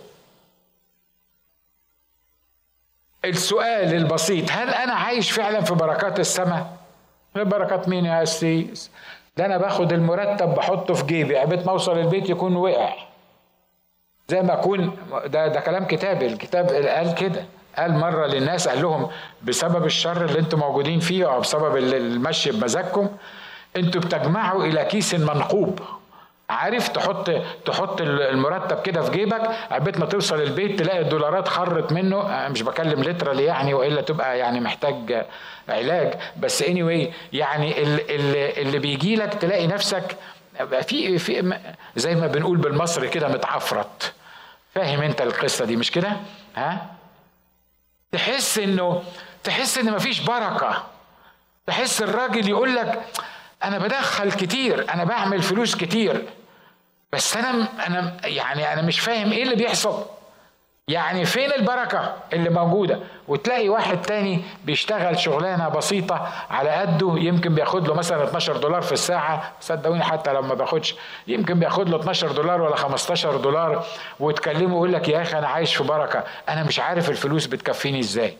Speaker 1: السؤال البسيط، هل انا عايش فعلا في بركات السماء؟ بركات مين يا أسيس؟ ده انا باخد المرتب بحطه في جيبي، عبيت ما اوصل البيت يكون وقع، زي ما اكون. ده كلام كتابي، الكتاب قال كده. قال مرة للناس، قال لهم بسبب الشر اللي انتم موجودين فيه او بسبب المشي بمزاجكم، انتوا بتجمعوا الى كيس منقوب. عارف تحط المرتب كده في جيبك، عبيت ما توصل البيت تلاقي الدولارات خرت منه. مش بكلم لترالي يعني، والا تبقى يعني محتاج علاج، بس anyway يعني اللي بيجي لك تلاقي نفسك في زي ما بنقول بالمصري كده متعفرت. فاهم انت القصة دي مش كده؟ ها؟ تحس ان مفيش بركة. تحس الراجل يقول لك انا بدخل كتير، انا بعمل فلوس كتير، بس انا مش فاهم ايه اللي بيحصل، يعني فين البركة اللي موجودة؟ وتلاقي واحد تاني بيشتغل شغلانة بسيطة على قده، يمكن بياخد له مثلا 12 دولار في الساعة، صدقوني حتى لو ما باخدش يمكن بياخد له 12 دولار ولا 15 دولار، وتكلمه يقول لك يا اخي انا عايش في بركة، انا مش عارف الفلوس بتكفيني ازاي.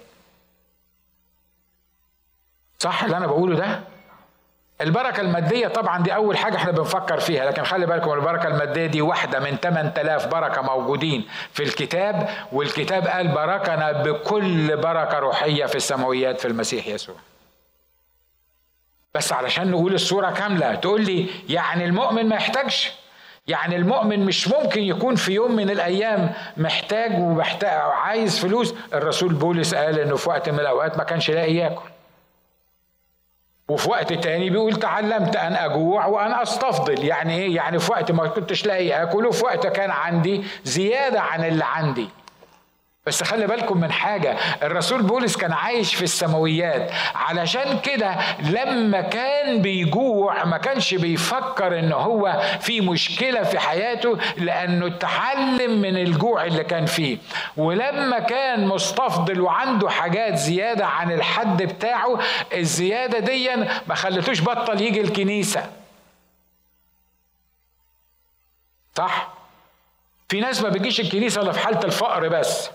Speaker 1: صح اللي انا بقوله ده؟ البركة المادية طبعا دي أول حاجة احنا بنفكر فيها، لكن خلي بالكم البركة المادية دي واحدة من 8000 بركة موجودين في الكتاب، والكتاب قال باركنا بكل بركة روحية في السماويات في المسيح يسوع. بس علشان نقول الصورة كاملة، تقول لي يعني المؤمن ما يحتاجش؟ يعني المؤمن مش ممكن يكون في يوم من الأيام محتاج وعايز فلوس؟ الرسول بولس قال إنه في وقت من الأوقات ما كانش لاقي ياكل، وفي وقت تاني بيقول تعلمت أن أجوع وأن أستفضل. يعني إيه؟ يعني في وقت ما كنتش لاقي أكل، وفي وقت كان عندي زيادة عن اللي عندي. بس خلي بالكم من حاجة، الرسول بولس كان عايش في السماويات، علشان كده لما كان بيجوع ما كانش بيفكر إنه هو في مشكلة في حياته، لأنه اتعلم من الجوع اللي كان فيه. ولما كان مستفضل وعنده حاجات زيادة عن الحد بتاعه، الزيادة دي ما خلتوش بطل يجي الكنيسة. صح؟ في ناس ما بيجيش الكنيسة إلا في حالة الفقر بس،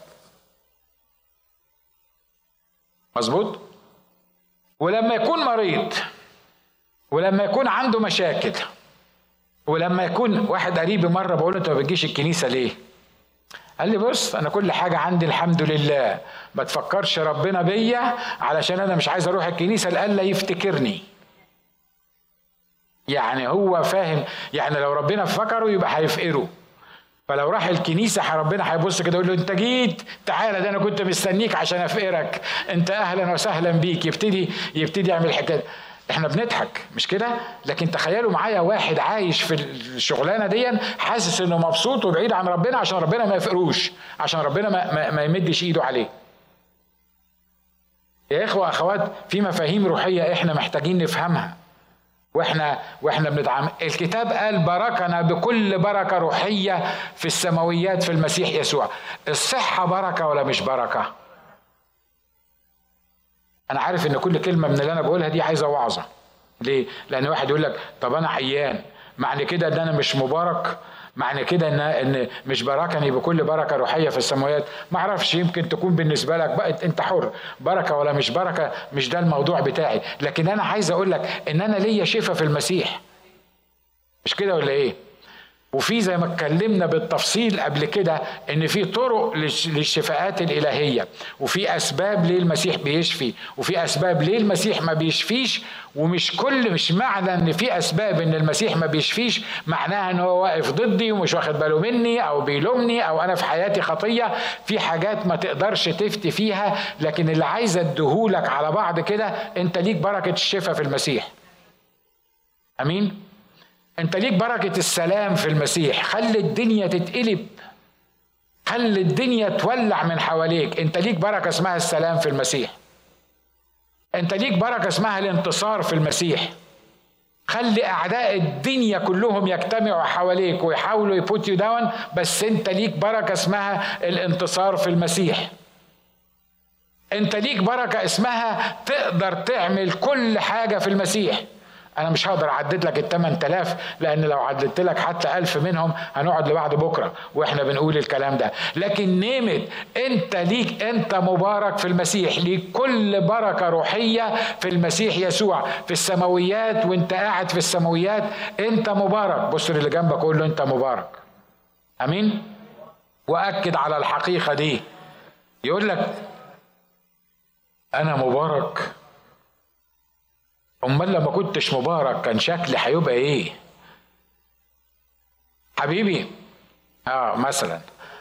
Speaker 1: مظبوط؟ ولما يكون مريض، ولما يكون عنده مشاكل، ولما يكون واحد قريبي مرة بقول له انت ما بتجيش الكنيسة ليه؟ قال لي بص انا كل حاجة عندي الحمد لله، ما تفكرش ربنا بيا علشان انا مش عايز اروح الكنيسة لألا يفتكرني. يعني هو فاهم، يعني لو ربنا فكره يبقى هيفقره، فلو راح الكنيسة ربنا هيبص كده يقول له انت جيت، تعالى ده انا كنت مستنيك عشان افقرك، انت اهلا وسهلا بيك. يبتدي يعمل الحكايه. احنا بنضحك مش كده؟ لكن تخيلوا معايا واحد عايش في الشغلانه دي حاسس انه مبسوط وبعيد عن ربنا، عشان ربنا ما يفقروش، عشان ربنا ما يمدش ايده عليه. يا اخوه اخوات، في مفاهيم روحيه احنا محتاجين نفهمها واحنا بنتعامل. الكتاب قال باركنا بكل بركة روحية في السماويات في المسيح يسوع. الصحة بركة ولا مش بركة؟ انا عارف ان كل كلمة من اللي انا بقولها دي عايزة وعظة، ليه؟ لان واحد يقول لك طب انا عيان، معنى كده ان انا مش مبارك؟ معنى كده ان مش بركني بكل بركه روحيه في السماويات؟ ما اعرفش، يمكن تكون بالنسبه لك بقى انت حر، بركه ولا مش بركه مش ده الموضوع بتاعي. لكن انا عايز اقول لك ان انا ليا شفاء في المسيح، مش كده ولا ايه؟ وفي زي ما اتكلمنا بالتفصيل قبل كده ان في طرق للشفاءات الالهيه، وفي اسباب ليه المسيح بيشفي، وفي اسباب ليه المسيح ما بيشفيش. مش معنى ان في اسباب ان المسيح ما بيشفيش معناها ان هو واقف ضدي ومش واخد باله مني او بيلومني او انا في حياتي خطيه. في حاجات ما تقدرش تفتي فيها، لكن اللي عايز اديهولك على بعض كده، انت ليك بركه الشفاء في المسيح. امين. انت ليك بركة السلام في المسيح. خلي الدنيا تتقلب، خلي الدنيا تولع من حواليك، انت ليك بركة اسمها السلام في المسيح. انت ليك بركة اسمها الانتصار في المسيح. خلي اعداء الدنيا كلهم يجتمعوا حواليك ويحاولوا يبوت يو داون، بس انت ليك بركة اسمها الانتصار في المسيح. انت ليك بركة اسمها تقدر تعمل كل حاجة في المسيح. أنا مش هقدر أعدد لك 8000، لأن لو عددت لك حتى 1000 منهم هنقعد لبعد بكرة وإحنا بنقول الكلام ده. لكن نيمت أنت مبارك في المسيح، ليك كل بركة روحية في المسيح يسوع في السماويات. وأنت قاعد في السماويات أنت مبارك. بص اللي جنبك قول له أنت مبارك. أمين. وأكد على الحقيقة دي. يقول لك أنا مبارك، امال لما كنتش مبارك كان شكلي هيبقى ايه حبيبي؟ مثلا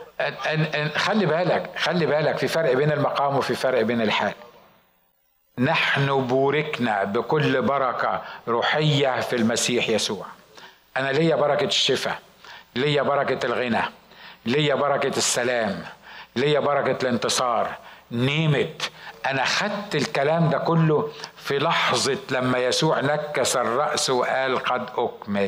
Speaker 1: خلي بالك في فرق بين المقام وفي فرق بين الحال. نحن بوركنا بكل بركة روحية في المسيح يسوع. انا ليا بركة الشفاء، ليا بركة الغنى، ليا بركة السلام، ليا بركة الانتصار. نيمت. انا خدت الكلام ده كله في لحظة لما يسوع نكس الرأس وقال قد أكمل.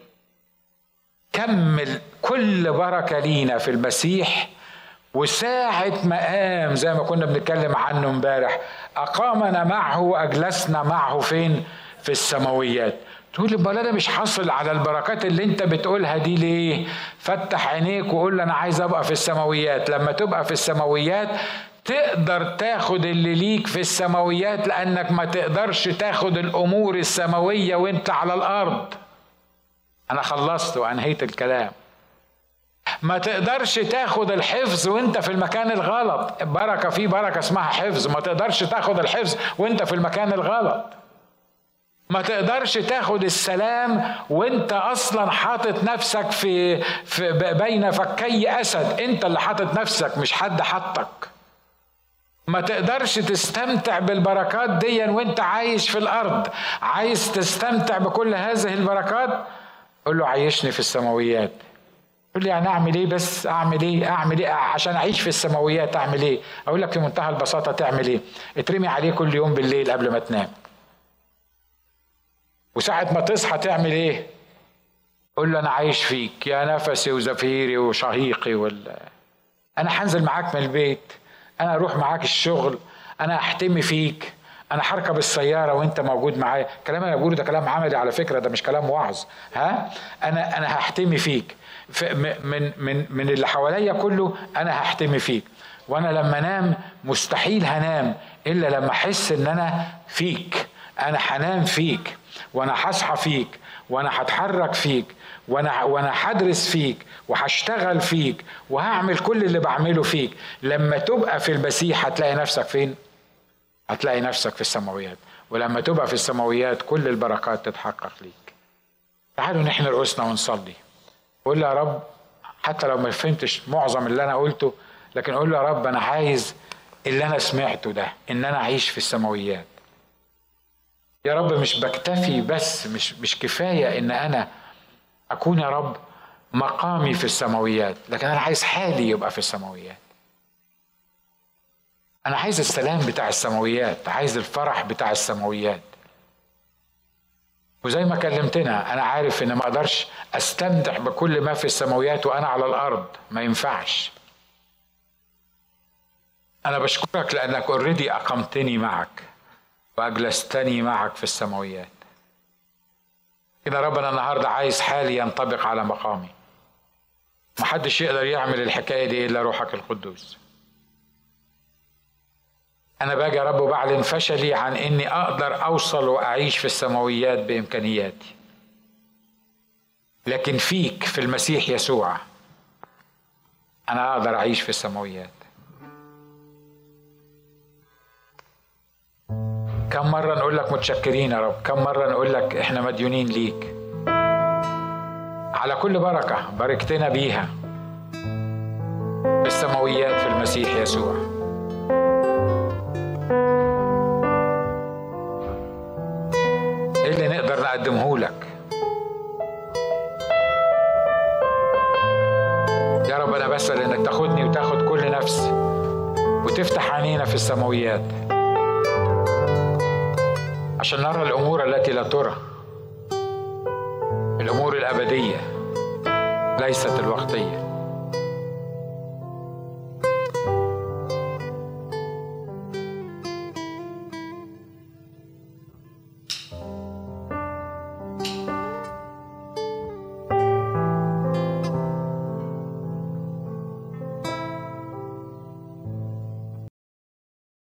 Speaker 1: كمل كل بركة لينا في المسيح. وساعة ما قام زي ما كنا بنتكلم عنه امبارح، أقامنا معه وأجلسنا معه فين؟ في السماويات. تقول لي انا مش حاصل على البركات اللي انت بتقولها دي ليه؟ فتح عينيك وقول انا عايز ابقى في السماويات. لما تبقى في السماويات تقدر تاخد اللي ليك في السماويات، لأنك ما تقدرش تاخد الأمور السماوية وانت على الأرض. أنا خلصت وأنهيت الكلام. ما تقدرش تاخد الحفظ وانت في المكان الغلط. بركة في بركة اسمها حفظ، ما تقدرش تاخد الحفظ وانت في المكان الغلط. ما تقدرش تاخد السلام وانت اصلا حاطط نفسك في بين فكي أسد. انت اللي حاطط نفسك، مش حد حطك. ما تقدرش تستمتع بالبركات دي وانت عايش في الارض. عايز تستمتع بكل هذه البركات؟ قل له عيشني في السماويات. قل لي يعني اعمل ايه؟ بس اعمل ايه عشان اعيش في السماويات؟ اعمل ايه؟ اقول لك في منتهى البساطة تعمل ايه؟ اترمي عليه كل يوم بالليل قبل ما تنام، وساعة ما تصحى تعمل ايه؟ قل له انا عايش فيك يا نفسي وزفيري وشهيقي انا هنزل معاك من البيت، انا اروح معاك الشغل، انا احتمي فيك، انا هركب السياره وانت موجود معايا. كلام انا بقوله ده كلام عملي على فكره، ده مش كلام وعظ. انا هحتمي فيك من اللي حواليا كله. انا هحتمي فيك، وانا لما انام مستحيل هنام الا لما احس ان انا فيك. انا هنام فيك، وانا هصحى فيك، وانا هتحرك فيك، وانا هدرس فيك، وهشتغل فيك، وهعمل كل اللي بعمله فيك. لما تبقى في المسيح هتلاقي نفسك فين؟ هتلاقي نفسك في السماويات. ولما تبقى في السماويات كل البركات تتحقق ليك. تعالوا نحن رؤوسنا ونصلي. قول له يا رب، حتى لو ما فهمتش معظم اللي انا قلته، لكن قول له يا رب انا عايز اللي انا سمعته ده، ان انا اعيش في السماويات. يا رب مش بكتفي بس، مش كفاية ان انا اكون يا رب مقامي في السماويات، لكن انا عايز حالي يبقى في السماويات. انا عايز السلام بتاع السماويات، عايز الفرح بتاع السماويات. وزي ما كلمتنا انا عارف ان ما اقدرش استمتع بكل ما في السماويات وانا على الارض، ما ينفعش. انا بشكرك لانك اوريدي اقمتني معك واجلستني معك في السماويات. كده ربنا النهارده عايز حالي ينطبق على مقامي. محدش يقدر يعمل الحكاية دي إلا روحك القدوس. أنا باجي يا رب وبعلن فشلي عن إني أقدر أوصل وأعيش في السماويات بإمكانياتي، لكن فيك في المسيح يسوع أنا أقدر أعيش في السماويات. كم مرة نقول لك متشكرين يا رب، كم مرة نقول لك إحنا مديونين ليك على كل بركة باركتنا بيها في السماويات في المسيح يسوع. إيه اللي نقدر نقدمه لك يا رب؟ أنا بسأل إنك تاخدني وتاخد كل نفس وتفتح عينينا في السماويات عشان نرى الأمور التي لا ترى، الأمور الأبدية ليست الوقتية.